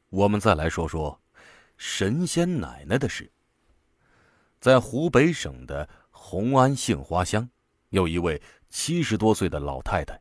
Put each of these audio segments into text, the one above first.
我们再来说说神仙奶奶的事。在湖北省的红安杏花乡，有一位70多岁的老太太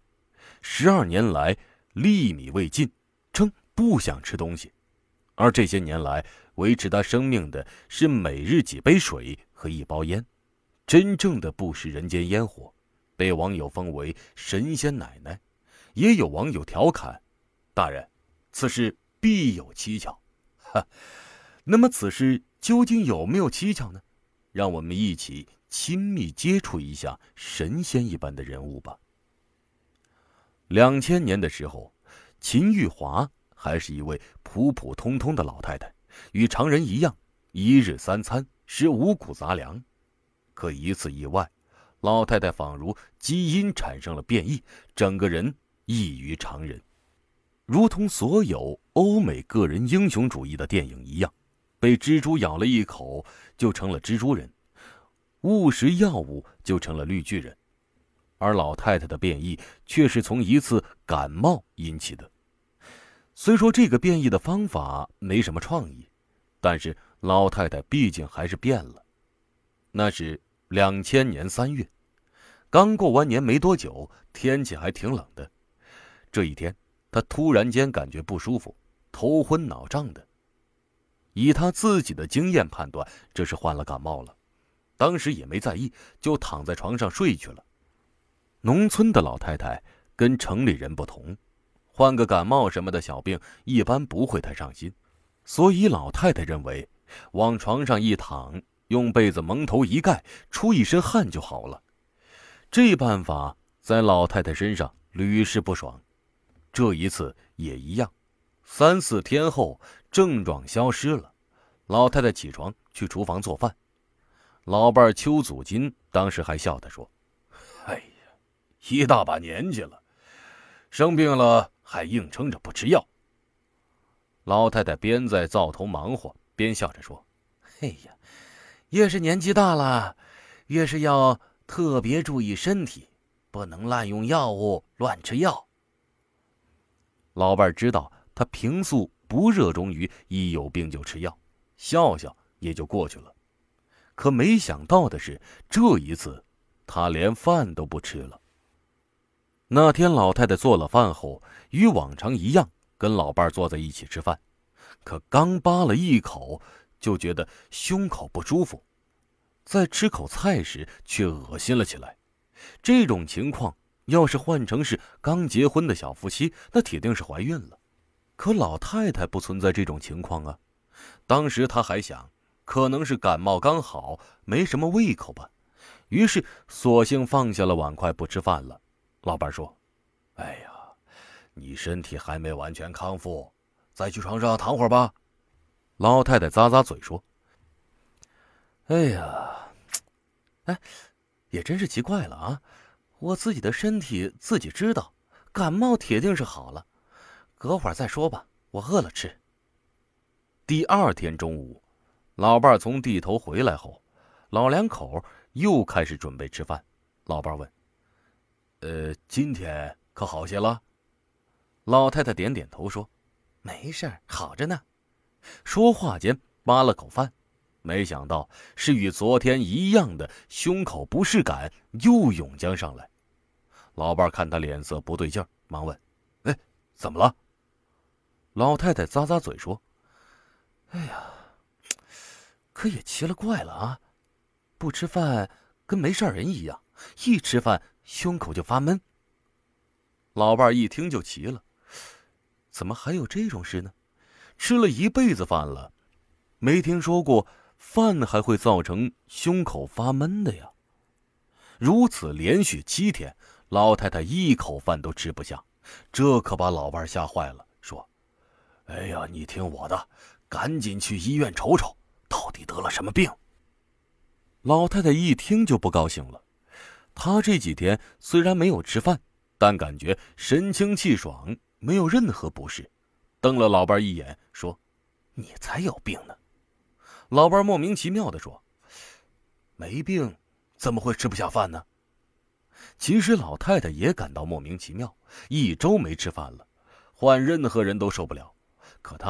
，12年来粒米未进，称不想吃东西。而这些年来维持她生命的是每日几杯水和1包烟，真正的不食人间烟火，被网友封为神仙奶奶。也有网友调侃：大人，此事必有蹊跷。那么此事究竟有没有蹊跷呢？让我们一起亲密接触一下神仙一般的人物吧。2000年的时候，秦玉华还是一位普普通通的老太太，与常人一样，1日3餐是五谷杂粮。可一次意外，老太太仿如基因产生了变异，整个人异于常人，如同所有欧美个人英雄主义的电影一样，被蜘蛛咬了一口就成了蜘蛛人，误食药物就成了绿巨人。而老太太的变异却是从一次感冒引起的。虽说这个变异的方法没什么创意，但是老太太毕竟还是变了。那是2000年3月，刚过完年没多久，天气还挺冷的。这一天，她突然间感觉不舒服，头昏脑胀的。以她自己的经验判断，这是患了感冒了，当时也没在意，就躺在床上睡去了。农村的老太太跟城里人不同，患个感冒什么的小病一般不会太上心，所以老太太认为往床上一躺，用被子蒙头一盖，出一身汗就好了。这办法在老太太身上屡试不爽，这一次也一样。3、4天后，症状消失了，老太太起床去厨房做饭。老伴邱祖金当时还笑她说：哎呀，一大把年纪了，生病了还硬撑着不吃药。老太太边在灶头忙活，边笑着说：哎呀，越是年纪大了，越是要特别注意身体，不能滥用药物，乱吃药。老伴知道他平素不热衷于一有病就吃药，笑笑也就过去了。可没想到的是，这一次他连饭都不吃了。那天老太太做了饭后，与往常一样跟老伴坐在一起吃饭，可刚扒了一口就觉得胸口不舒服，在吃口菜时却恶心了起来。这种情况要是换成是刚结婚的小夫妻，那铁定是怀孕了。可老太太不存在这种情况啊。当时她还想，可能是感冒刚好，没什么胃口吧，于是索性放下了碗筷不吃饭了。老伴说：哎呀，你身体还没完全康复，再去床上躺会儿吧。老太太咂咂嘴说：哎呀，也真是奇怪了啊，我自己的身体自己知道，感冒铁定是好了，隔会儿再说吧，我饿了吃。第2天中午，老伴从地头回来后，老两口又开始准备吃饭。老伴问：今天可好些了？老太太点点头说：没事儿，好着呢。说话间扒了口饭，没想到是与昨天一样的胸口不适感又涌将上来。老伴看他脸色不对劲，忙问：怎么了？老太太咂咂嘴说：哎呀，可也奇了怪了啊，不吃饭跟没事人一样，一吃饭胸口就发闷。老伴一听就奇了，怎么还有这种事呢？吃了一辈子饭了，没听说过饭还会造成胸口发闷的呀。如此连续7天，老太太一口饭都吃不下，这可把老伴吓坏了，说：哎呀，你听我的，赶紧去医院瞅瞅，到底得了什么病。老太太一听就不高兴了，她这几天虽然没有吃饭，但感觉神清气爽，没有任何不适，瞪了老伴一眼，说：你才有病呢。老伴莫名其妙地说：没病怎么会吃不下饭呢？其实老太太也感到莫名其妙，1周没吃饭了，换任何人都受不了，可她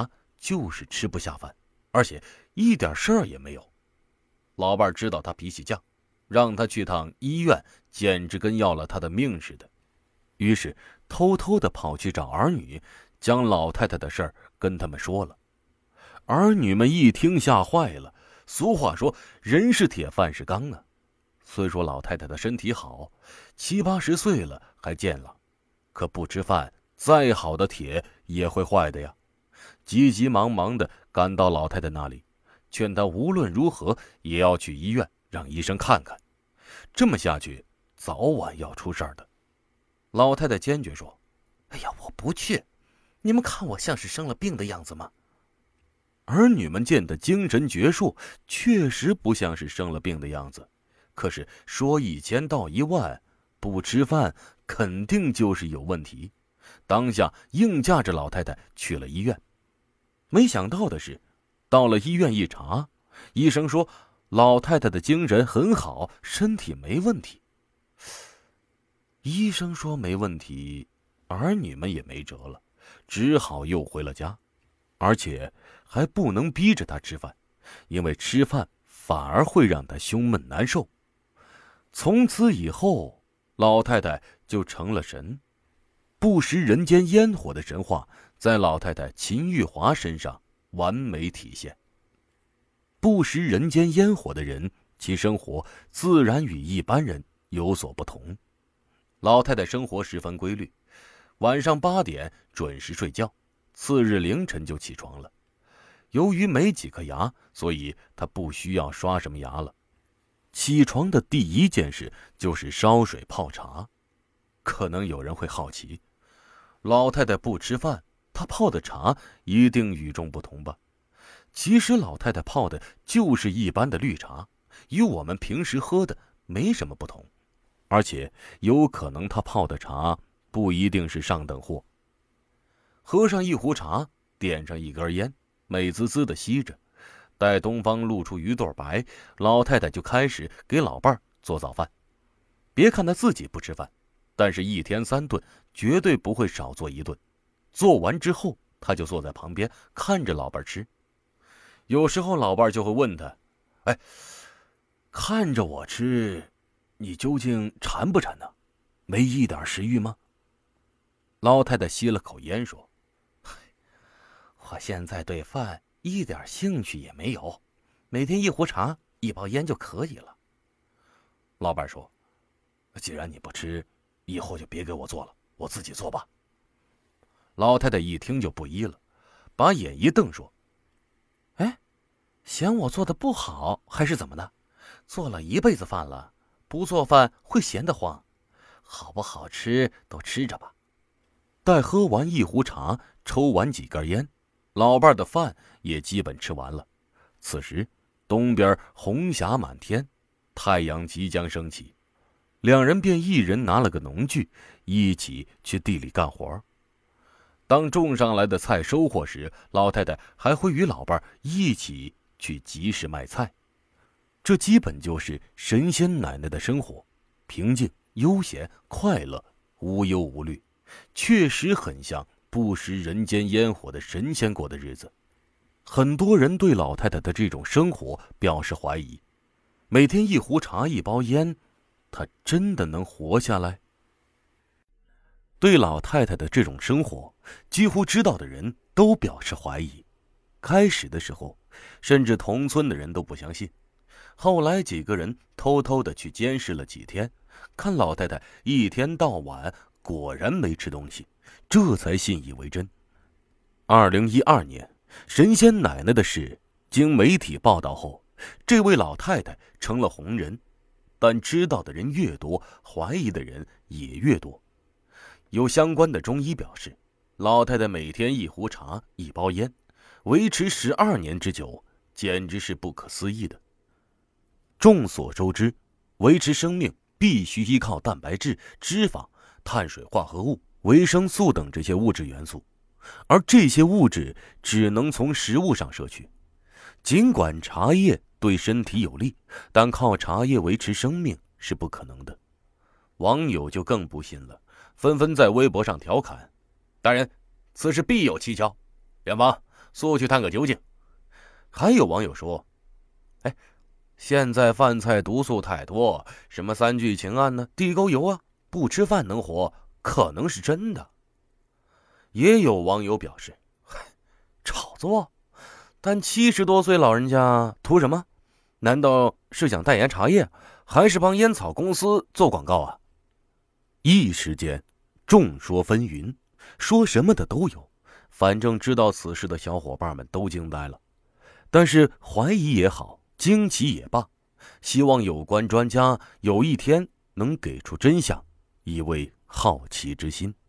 就是吃不下饭，而且一点事儿也没有。老伴知道他脾气犟，让他去趟医院，简直跟要了他的命似的。于是偷偷地跑去找儿女，将老太太的事儿跟他们说了。儿女们一听吓坏了。俗话说，人是铁，饭是钢啊。虽说老太太的身体好，70、80岁了还健朗，可不吃饭，再好的铁也会坏的呀。急急忙忙地赶到老太太那里，劝她无论如何也要去医院，让医生看看。这么下去，早晚要出事儿的。老太太坚决说：“哎呀，我不去！你们看我像是生了病的样子吗？”儿女们见他精神矍铄，确实不像是生了病的样子。可是说1000道1万，不吃饭肯定就是有问题。当下硬架着老太太去了医院。没想到的是，到了医院一查，医生说老太太的精神很好，身体没问题。医生说没问题，儿女们也没辙了，只好又回了家，而且还不能逼着她吃饭，因为吃饭反而会让她胸闷难受。从此以后，老太太就成了神，不食人间烟火的神话在老太太秦玉华身上完美体现。不食人间烟火的人，其生活自然与一般人有所不同。老太太生活十分规律，晚上8点准时睡觉，次日凌晨就起床了。由于没几颗牙，所以她不需要刷什么牙了。起床的第一件事就是烧水泡茶。可能有人会好奇，老太太不吃饭，她泡的茶一定与众不同吧？其实老太太泡的就是一般的绿茶，与我们平时喝的没什么不同。而且有可能她泡的茶不一定是上等货。喝上一壶茶，点上一根烟，美滋滋地吸着，待东方露出鱼肚白，老太太就开始给老伴儿做早饭。别看她自己不吃饭，但是1天3顿绝对不会少做1顿。做完之后，她就坐在旁边看着老伴儿吃。有时候老伴儿就会问她：“哎，看着我吃，你究竟馋不馋呢？没一点食欲吗？”老太太吸了口烟说：“我现在对饭一点兴趣也没有，每天1壶茶1包烟就可以了。”老伴说：“既然你不吃，以后就别给我做了，我自己做吧。”老太太一听就不依了，把眼一瞪说：“哎，嫌我做的不好还是怎么的？做了一辈子饭了，不做饭会闲得慌，好不好吃都吃着吧。”待喝完1壶茶，抽完几根烟，老伴的饭也基本吃完了。此时东边红霞满天，太阳即将升起，两人便一人拿了个农具，一起去地里干活。当种上来的菜收获时，老太太还会与老伴一起去集市卖菜。这基本就是神仙奶奶的生活，平静、悠闲、快乐，无忧无虑，确实很像不食人间烟火的神仙过的日子。很多人对老太太的这种生活表示怀疑，每天1壶茶1包烟，她真的能活下来？对老太太的这种生活，几乎知道的人都表示怀疑。开始的时候，甚至同村的人都不相信。后来几个人偷偷的去监视了几天，看老太太一天到晚果然没吃东西，这才信以为真。2012年，神仙奶奶的事经媒体报道后，这位老太太成了红人，但知道的人越多，怀疑的人也越多。有相关的中医表示，老太太每天1壶茶1包烟，维持12年之久，简直是不可思议的。众所周知，维持生命必须依靠蛋白质、脂肪、碳水化合物、维生素等这些物质元素，而这些物质只能从食物上摄取。尽管茶叶对身体有利，但靠茶叶维持生命是不可能的。网友就更不信了，纷纷在微博上调侃：“大人，此事必有蹊跷。远方， 速去探个究竟。还有网友说，哎，现在饭菜毒素太多，什么三聚氰胺呢、地沟油啊，不吃饭能活，可能是真的。也有网友表示，炒作，但70多岁老人家图什么？难道是想代言茶叶，还是帮烟草公司做广告啊？一时间众说纷纭，说什么的都有，反正知道此事的小伙伴们都惊呆了。但是怀疑也好，惊奇也罢，希望有关专家有一天能给出真相，以慰好奇之心。